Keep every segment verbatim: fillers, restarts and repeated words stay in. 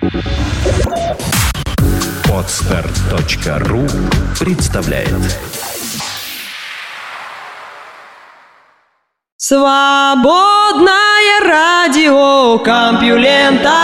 Подстар точка ру представляет. Свободное радио Компьюлента.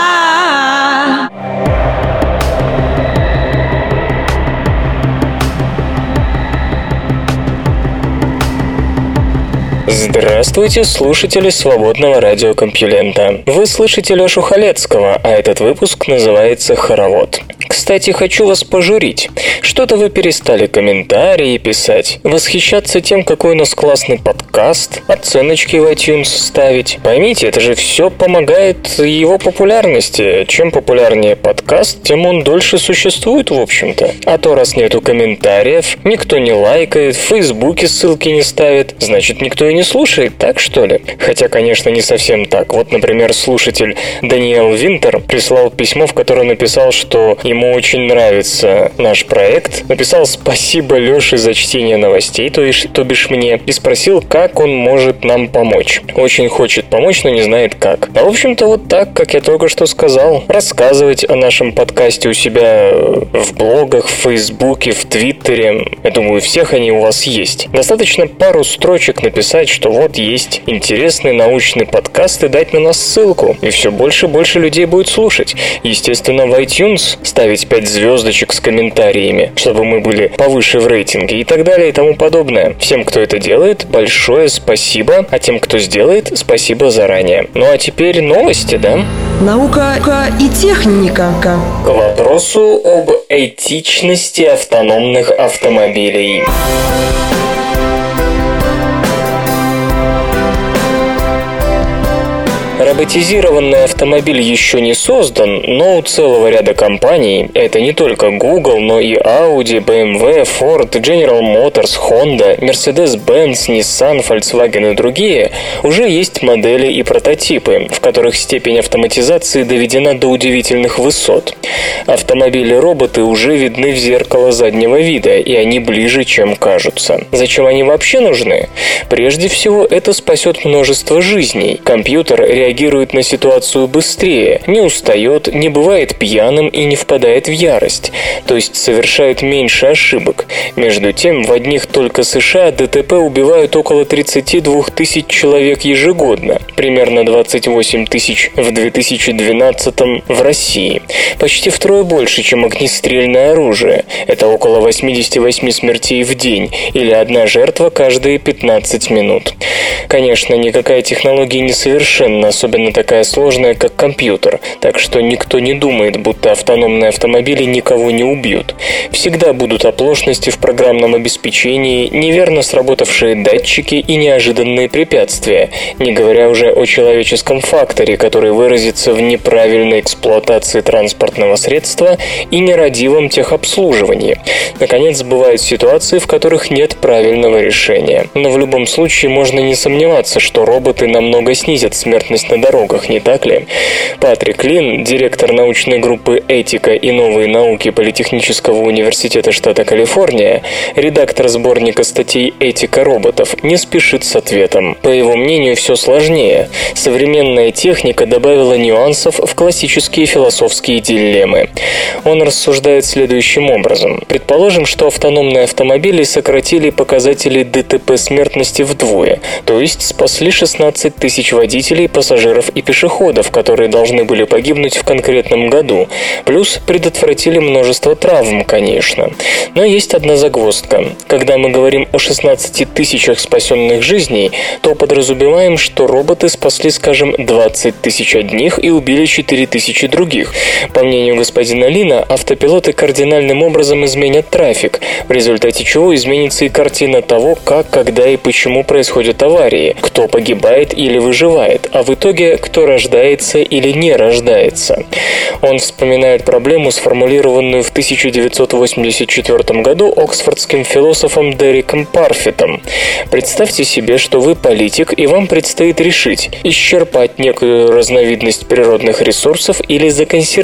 Здравствуйте, слушатели свободного радиокомпьюлента. Вы слышите Лёшу Халецкого, а этот выпуск называется «Хоровод». Кстати, хочу вас пожурить. Что-то вы перестали комментарии писать, восхищаться тем, какой у нас классный подкаст, оценочки в iTunes ставить. Поймите, это же все помогает его популярности. Чем популярнее подкаст, тем он дольше существует, в общем-то. А то, раз нету комментариев, никто не лайкает, в Фейсбуке ссылки не ставит, значит, никто и не слушает, так что ли? Хотя, конечно, не совсем так. Вот, например, слушатель Даниэл Винтер прислал письмо, в котором написал, что ему очень нравится наш проект. Написал «Спасибо, Лёше, за чтение новостей», то, есть, то бишь мне, и спросил, как он может нам помочь. Очень хочет помочь, но не знает как. А в общем-то вот так, как я только что сказал. Рассказывать о нашем подкасте у себя в блогах, в Фейсбуке, в Твиттере. Я думаю, у всех они у вас есть. Достаточно пару строчек написать, что вот есть интересный научный подкаст, и дать на нас ссылку. И все больше и больше людей будет слушать. Естественно, в iTunes ставить пять звездочек с комментариями, чтобы мы были повыше в рейтинге и так далее и тому подобное. Всем, кто это делает, большое спасибо, а тем, кто сделает, спасибо заранее. Ну а теперь новости, да? Наука и техника. К вопросу об этичности автономных автомобилей. Роботизированный автомобиль еще не создан, но у целого ряда компаний, это не только Google, но и Audi, би эм дабл ю, Ford, General Motors, Honda, Mercedes-Benz, Nissan, Volkswagen и другие, уже есть модели и прототипы, в которых степень автоматизации доведена до удивительных высот. Автомобили-роботы уже видны в зеркало заднего вида, и они ближе, чем кажутся. Зачем они вообще нужны? Прежде всего, это спасет множество жизней. Компьютер реагирует реагирует на ситуацию быстрее, не устает, не бывает пьяным и не впадает в ярость, то есть совершает меньше ошибок. Между тем, в одних только США ДТП убивают около тридцать два тысяч человек ежегодно, примерно двадцать восемь тысяч в две тысячи двенадцатом в России. Почти втрое больше, чем огнестрельное оружие. Это около восемьдесят восемь смертей в день, или одна жертва каждые пятнадцать минут. Конечно, никакая технология не совершенна, особенно такая сложная, как компьютер, так что никто не думает, будто автономные автомобили никого не убьют. Всегда будут оплошности в программном обеспечении, неверно сработавшие датчики и неожиданные препятствия, не говоря уже о человеческом факторе, который выразится в неправильной эксплуатации транспортного средства и нерадивом техобслуживании. Наконец, бывают ситуации, в которых нет правильного решения. Но в любом случае можно не сомневаться, что роботы намного снизят смертность на дорогах, не так ли? Патрик Лин, директор научной группы «Этика и новые науки» Политехнического университета штата Калифорния, редактор сборника статей «Этика роботов», не спешит с ответом. По его мнению, все сложнее. Современная техника добавила нюансов в классические философские дилеммы. Он рассуждает следующим образом. Предположим, что автономные автомобили сократили показатели ДТП смертности вдвое, то есть спасли шестнадцать тысяч водителей, пассажиров и пешеходов, которые должны были погибнуть в конкретном году, плюс предотвратили множество травм, конечно. Но есть одна загвоздка. Когда мы говорим о шестнадцати тысячах спасенных жизней, то подразумеваем, что роботы спасли, скажем, двадцать тысяч одних и убили четыре тысячи других. По мнению господина Лина, автопилоты кардинальным образом изменят трафик, в результате чего изменится и картина того, как, когда и почему происходят аварии, кто погибает или выживает, а в итоге кто рождается или не рождается. Он вспоминает проблему, сформулированную в тысяча девятьсот восемьдесят четвёртом году оксфордским философом Дериком Парфитом. Представьте себе, что вы политик, и вам предстоит решить, исчерпать некую разновидность природных ресурсов или законсервировать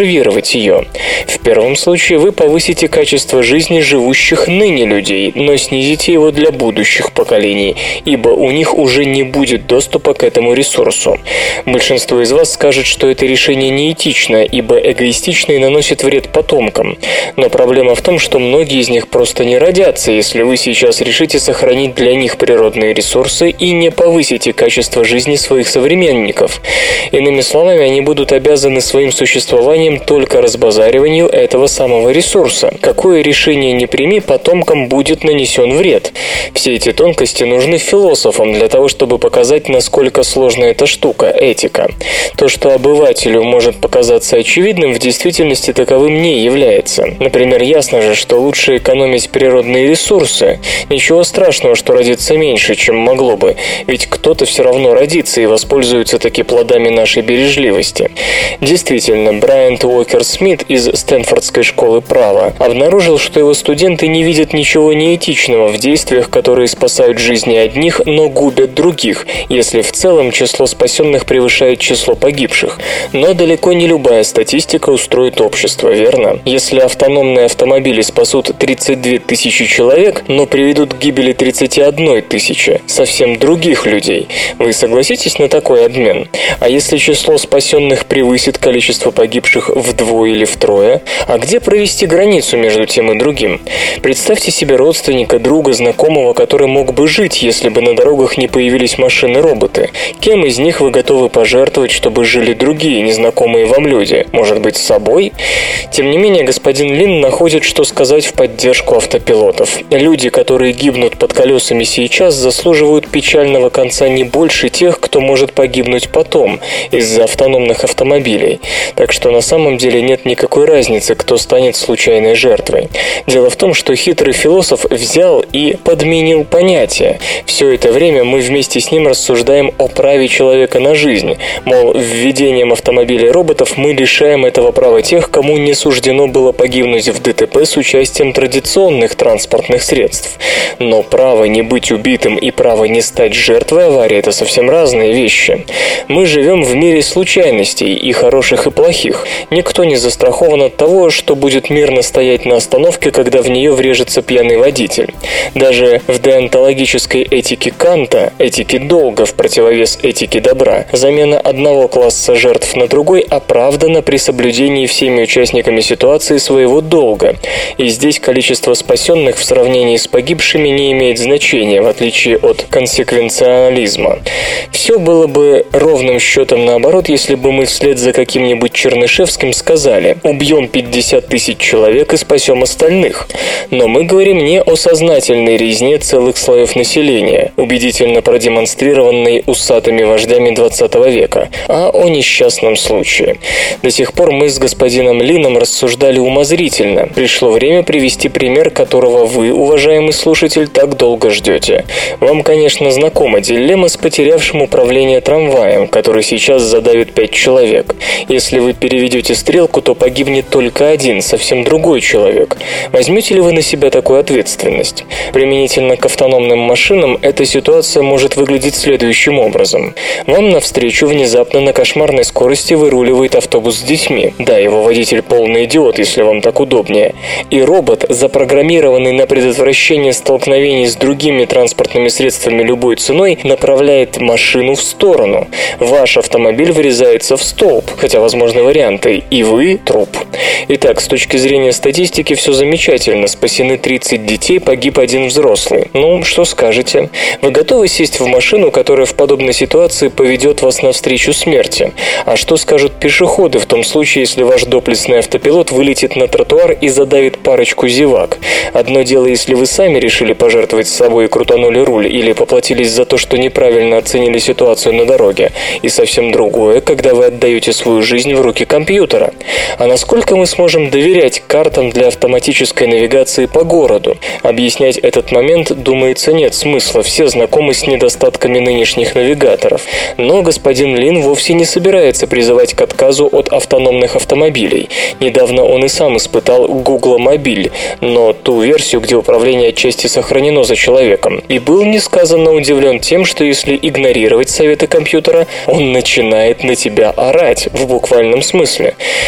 житье. В первом случае вы повысите качество жизни живущих ныне людей, но снизите его для будущих поколений, ибо у них уже не будет доступа к этому ресурсу. Большинство из вас скажет, что это решение неэтично, ибо эгоистично и наносит вред потомкам. Но проблема в том, что многие из них просто не родятся, если вы сейчас решите сохранить для них природные ресурсы и не повысите качество жизни своих современников. Иными словами, они будут обязаны своим существованием только разбазариванию этого самого ресурса. Какое решение ни прими, потомкам будет нанесен вред. Все эти тонкости нужны философам для того, чтобы показать, насколько сложна эта штука – этика. То, что обывателю может показаться очевидным, в действительности таковым не является. Например, ясно же, что лучше экономить природные ресурсы. Ничего страшного, что родится меньше, чем могло бы, ведь кто-то все равно родится и воспользуется таки плодами нашей бережливости. Действительно, Брайант Уокер Смит из Стэнфордской школы права обнаружил, что его студенты не видят ничего неэтичного в действиях, которые спасают жизни одних, но губят других, если в целом число спасенных превышает число погибших. Но далеко не любая статистика устроит общество, верно? Если автономные автомобили спасут тридцать две тысячи человек, но приведут к гибели тридцать одна тысяча совсем других людей, вы согласитесь на такой обмен? А если число спасенных превысит количество погибших вдвое или втрое? А где провести границу между тем и другим? Представьте себе родственника, друга, знакомого, который мог бы жить, если бы на дорогах не появились машины-роботы. Кем из них вы готовы пожертвовать, чтобы жили другие, незнакомые вам люди? Может быть, с собой? Тем не менее, господин Лин находит, что сказать в поддержку автопилотов. Люди, которые гибнут под колесами сейчас, заслуживают печального конца не больше тех, кто может погибнуть потом из-за автономных автомобилей. Так что на самом деле нет никакой разницы, кто станет случайной жертвой. Дело в том, что хитрый философ взял и подменил понятие. Все это время мы вместе с ним рассуждаем о праве человека на жизнь. Мол, введением автомобилей роботов мы лишаем этого права тех, кому не суждено было погибнуть в ДТП с участием традиционных транспортных средств. Но право не быть убитым и право не стать жертвой аварии – это совсем разные вещи. Мы живем в мире случайностей, и хороших, и плохих. Никто не застрахован от того, что будет мирно стоять на остановке, когда в нее врежется пьяный водитель. Даже в деонтологической этике Канта, этике долга в противовес этике добра, замена одного класса жертв на другой оправдана при соблюдении всеми участниками ситуации своего долга. И здесь количество спасенных в сравнении с погибшими не имеет значения, в отличие от консеквенциализма. Все было бы ровным счетом наоборот, если бы мы вслед за каким-нибудь Чернышевским сказали: убьем пятьдесят тысяч человек и спасем остальных. Но мы говорим не о сознательной резне целых слоев населения, убедительно продемонстрированной усатыми вождями двадцатого века, а о несчастном случае. До сих пор мы с господином Лином рассуждали умозрительно. Пришло время привести пример, которого вы, уважаемый слушатель, так долго ждете. Вам, конечно, знакома дилемма с потерявшим управление трамваем, который сейчас задавит пять человек. Если вы переведете стрелку, то погибнет только один, совсем другой человек. Возьмете ли вы на себя такую ответственность? Применительно к автономным машинам эта ситуация может выглядеть следующим образом. Вам навстречу внезапно на кошмарной скорости выруливает автобус с детьми. Да, его водитель полный идиот, если вам так удобнее. И робот, запрограммированный на предотвращение столкновений с другими транспортными средствами любой ценой, направляет машину в сторону. Ваш автомобиль врезается в столб, хотя возможны варианты, и вы – труп. Итак, с точки зрения статистики все замечательно. Спасены тридцать детей, погиб один взрослый. Ну, что скажете? Вы готовы сесть в машину, которая в подобной ситуации поведет вас навстречу смерти? А что скажут пешеходы в том случае, если ваш доблестный автопилот вылетит на тротуар и задавит парочку зевак? Одно дело, если вы сами решили пожертвовать собой и крутанули руль, или поплатились за то, что неправильно оценили ситуацию на дороге, и совсем другое, когда вы отдаете свою жизнь в руки компьютера. А насколько мы сможем доверять картам для автоматической навигации по городу? Объяснять этот момент, думается, нет смысла, все знакомы с недостатками нынешних навигаторов. Но господин Лин вовсе не собирается призывать к отказу от автономных автомобилей. Недавно он и сам испытал Google Мобиль, но ту версию, где управление отчасти сохранено за человеком, и был несказанно удивлен тем, что если игнорировать советы компьютера, он начинает на тебя орать, в буквальном смысле.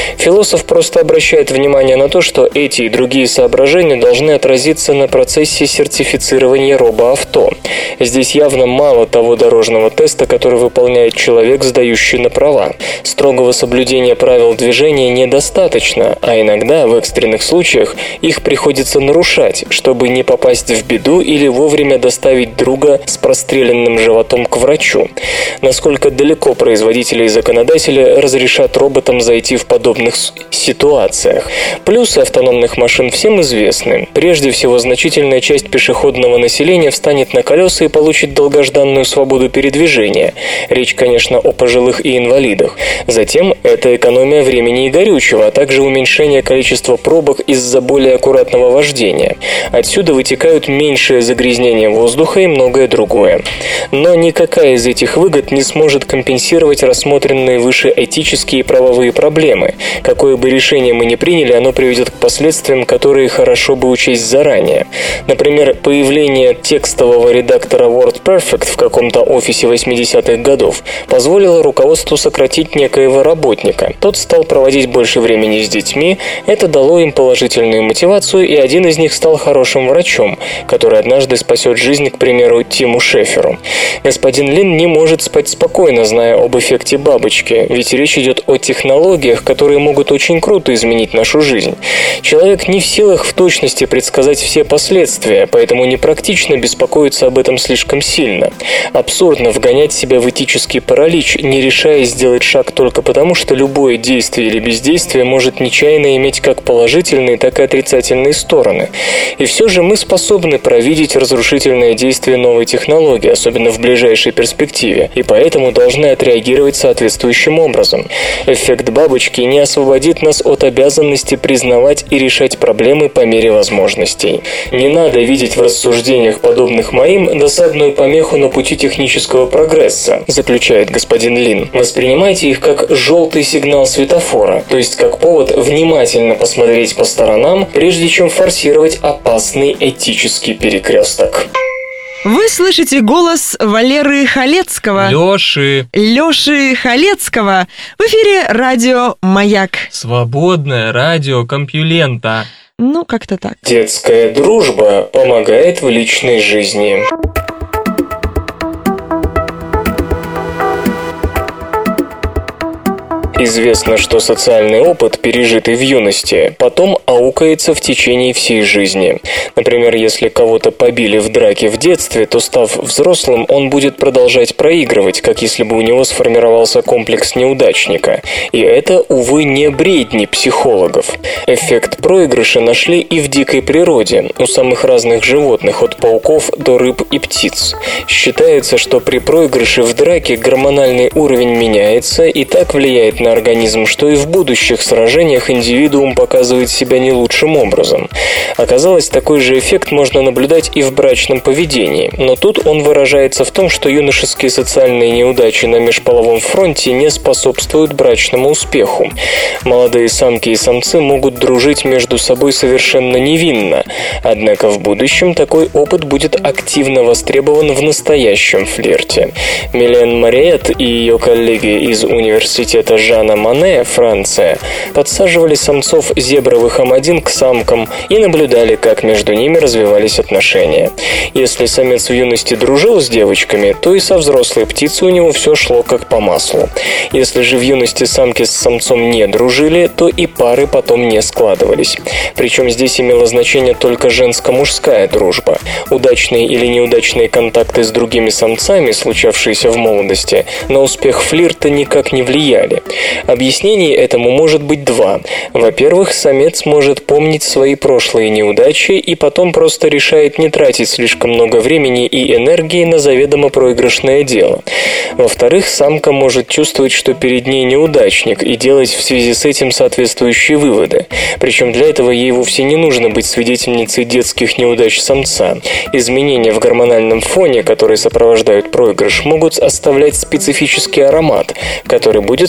Философ просто обращает внимание на то, что эти и другие соображения должны отразиться на процессе сертифицирования робоавто. Здесь явно мало того дорожного теста, который выполняет человек, сдающий на права. Строгого соблюдения правил движения недостаточно, а иногда, в экстренных случаях, их приходится нарушать, чтобы не попасть в беду или вовремя доставить друга с простреленным животом к врачу. Насколько далеко производители и законодатели разрешат роботам зайти в подобных ситуациях? Плюсы автономных машин всем известны. Прежде всего, значительная часть пешеходного населения встанет на колеса и получит долгожданную свободу передвижения. Речь, конечно, о пожилых и инвалидах. Затем это экономия времени и горючего, а также уменьшение количества пробок из-за более аккуратного вождения. Отсюда вытекают меньшее загрязнение воздуха и многое другое. Но никакая из этих выгод не сможет компенсировать рассмотренные выше этические и правовые проблемы. Какое бы решение мы ни приняли, оно приведет к последствиям, которые хорошо бы учесть заранее. Например, появление текстового редактора WordPerfect в каком-то офисе восьмидесятых годов позволило руководству сократить некоего работника. Тот стал проводить больше времени с детьми, это дало им положительную мотивацию, и один из них стал хорошим врачом, который однажды спасет жизнь, к примеру, Тиму Шеферу. Господин Лин не может спать спокойно, зная об эффекте бабочки, ведь речь идет о технологиях, которые могут очень круто изменить нашу жизнь. Человек не в силах в точности предсказать все последствия, поэтому непрактично беспокоиться об этом слишком сильно. Абсурдно вгонять себя в этический паралич, не решая сделать шаг только потому, что любое действие или бездействие может нечаянно иметь как положительные, так и отрицательные стороны. И все же мы способны провидеть разрушительное действие новой технологии, особенно в ближайшей перспективе, и поэтому должны отреагировать соответствующим образом. Эффект бабочки не освободит нас от обязанности признавать и решать проблемы по мере возможностей. Не надо видеть в рассуждениях, подобных моим, досадную помеху на пути технического прогресса, заключает господин Лин. Воспринимайте их как желтый сигнал светофора, то есть как повод внимательно посмотреть по сторонам, прежде чем форсировать опасный этический перекресток. Вы слышите голос Валеры Халецкого. Лёши. Лёши Халецкого. В эфире радио «Маяк». Свободное радио Компьюлента. Ну, как-то так. Детская дружба помогает в личной жизни. Известно, что социальный опыт, пережитый в юности, потом аукается в течение всей жизни. Например, если кого-то побили в драке в детстве, то, став взрослым, он будет продолжать проигрывать, как если бы у него сформировался комплекс неудачника. И это, увы, не бредни психологов. Эффект проигрыша нашли и в дикой природе, у самых разных животных, от пауков до рыб и птиц. Считается, что при проигрыше в драке гормональный уровень меняется и так влияет на организм, что и в будущих сражениях индивидуум показывает себя не лучшим образом. Оказалось, такой же эффект можно наблюдать и в брачном поведении, но тут он выражается в том, что юношеские социальные неудачи на межполовом фронте не способствуют брачному успеху. Молодые самки и самцы могут дружить между собой совершенно невинно, однако в будущем такой опыт будет активно востребован в настоящем флирте. Милен Мариет и ее коллеги из университета Жана Моне, Франция, подсаживали самцов зебровых эм один к самкам и наблюдали, как между ними развивались отношения. Если самец в юности дружил с девочками, то и со взрослой птицей у него все шло как по маслу. Если же в юности самки с самцом не дружили, то и пары потом не складывались. Причем здесь имело значение только женско-мужская дружба. Удачные или неудачные контакты с другими самцами, случавшиеся в молодости, на успех флирта никак не влияли. Объяснений этому может быть два. Во-первых, самец может помнить свои прошлые неудачи и потом просто решает не тратить слишком много времени и энергии на заведомо проигрышное дело. Во-вторых, самка может чувствовать, что перед ней неудачник, и делать в связи с этим соответствующие выводы. Причем для этого ей вовсе не нужно быть свидетельницей детских неудач самца. Изменения в гормональном фоне, которые сопровождают проигрыш, могут оставлять специфический аромат, который будет сопровождать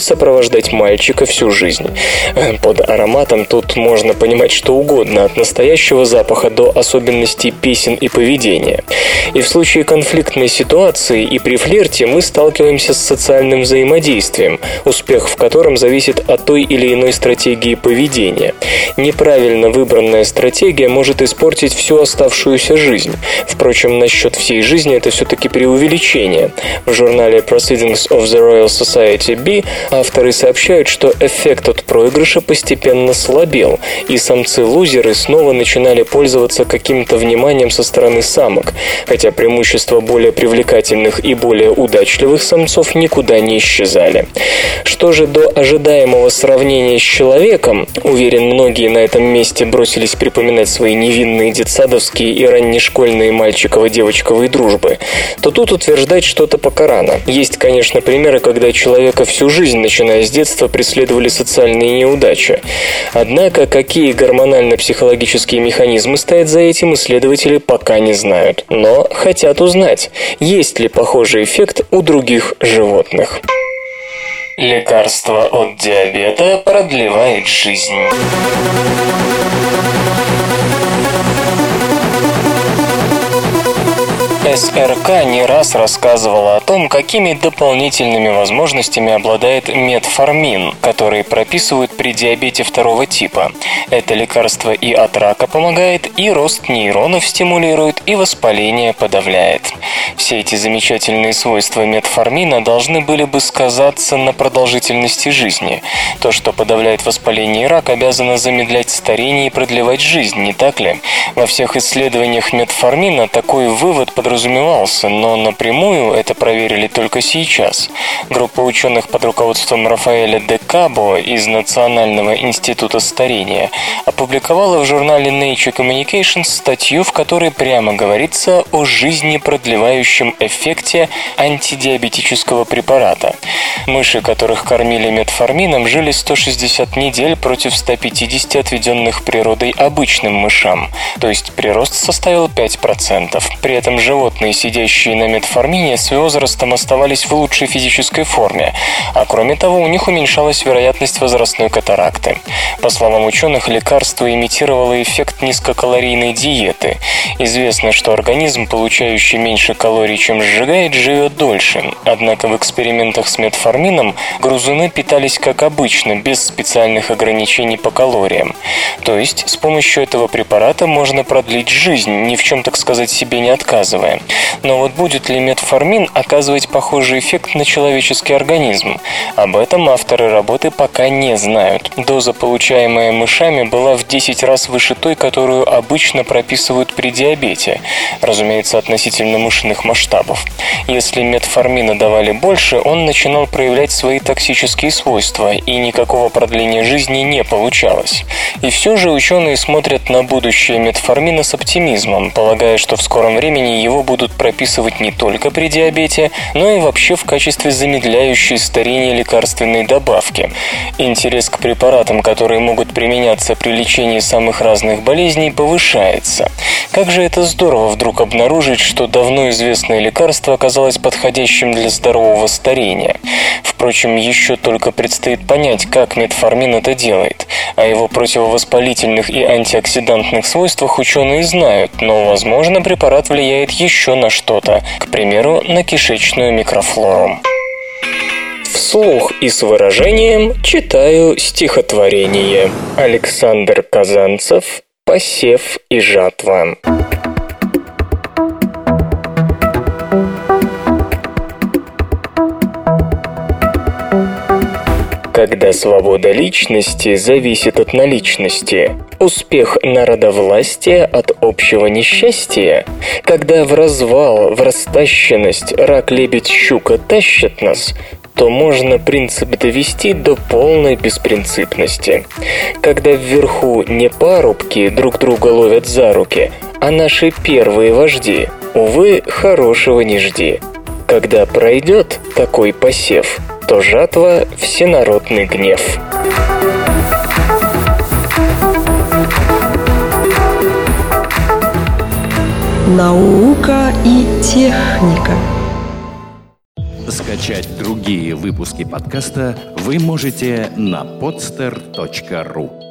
сопровождать мальчика всю жизнь. Под ароматом тут можно понимать что угодно, от настоящего запаха до особенностей песен и поведения. И в случае конфликтной ситуации и при флирте мы сталкиваемся с социальным взаимодействием, успех в котором зависит от той или иной стратегии поведения. Неправильно выбранная стратегия может испортить всю оставшуюся жизнь. Впрочем, насчет всей жизни это все-таки преувеличение. В журнале Proceedings of the Royal Society B авторы сообщают, что эффект от проигрыша постепенно слабел, и самцы-лузеры снова начинали пользоваться каким-то вниманием со стороны самок, хотя преимущества более привлекательных и более удачливых самцов никуда не исчезали. Что же до ожидаемого сравнения с человеком, уверен, многие на этом месте бросились припоминать свои невинные детсадовские и раннешкольные мальчиково-девочковые дружбы, то тут утверждать что-то пока рано. Есть, конечно, примеры, когда человека всю жизнь, начиная с детства, преследовали социальные неудачи. Однако, какие гормонально-психологические механизмы стоят за этим, исследователи пока не знают. Но хотят узнать, есть ли похожий эффект у других животных. Лекарство от диабета продлевает жизнь. эс эр ка не раз рассказывала о том, какими дополнительными возможностями обладает метформин, который прописывают при диабете второго типа. Это лекарство и от рака помогает, и рост нейронов стимулирует, и воспаление подавляет. Все эти замечательные свойства метформина должны были бы сказаться на продолжительности жизни. То, что подавляет воспаление и рак, обязано замедлять старение и продлевать жизнь, не так ли? Во всех исследованиях метформина такой вывод подразумевался, но напрямую это проверили только сейчас. Группа ученых под руководством Рафаэля де Кабо из Национального института старения опубликовала в журнале Nature Communications статью, в которой прямо говорится о жизнепродлевающем эффекте антидиабетического препарата. Мыши, которых кормили метформином, жили сто шестьдесят недель против ста пятидесяти отведенных природой обычным мышам, то есть прирост составил пять процентов. При этом животные, сидящие на метформине, с возрастом оставались в лучшей физической форме, а кроме того, у них уменьшалась вероятность возрастной катаракты. По словам ученых, лекарство имитировало эффект низкокалорийной диеты. Известно, что организм, получающий меньше калорий, чем сжигает, живет дольше. Однако в экспериментах с метформином грызуны питались как обычно, без специальных ограничений по калориям. То есть с помощью этого препарата можно продлить жизнь, ни в чем, так сказать, себе не отказывая. Но вот будет ли метформин оказывать похожий эффект на человеческий организм? Об этом авторы работы пока не знают. Доза, получаемая мышами, была в десять раз выше той, которую обычно прописывают при диабете, разумеется, относительно мышиных масштабов. Если метформина давали больше, он начинал проявлять свои токсические свойства, и никакого продления жизни не получалось. И все же ученые смотрят на будущее метформина с оптимизмом, полагая, что в скором времени его будут прописывать не только при диабете, но и вообще в качестве замедляющей старение лекарственной добавки. Интерес к препаратам, которые могут применяться при лечении самых разных болезней, повышается. Как же это здорово вдруг обнаружить, что давно известное лекарство оказалось подходящим для здорового старения. Впрочем, еще только предстоит понять, как метформин это делает. О его противовоспалительных и антиоксидантных свойствах ученые знают, но, возможно, препарат влияет еще на что-то, к примеру, на кишечную микрофлору. Вслух и с выражением читаю стихотворение. Александр Казанцев «Посев и жатва». Когда свобода личности зависит от наличности, успех народовластия от общего несчастья, когда в развал, в растащенность рак, лебедь, щука тащат нас, то можно принцип довести до полной беспринципности. Когда вверху не парубки друг друга ловят за руки, а наши первые вожди, увы, хорошего не жди. Когда пройдет такой посев, то жатва — всенародный гнев. Наука и техника. Скачать другие выпуски подкаста вы можете на podster точка ру.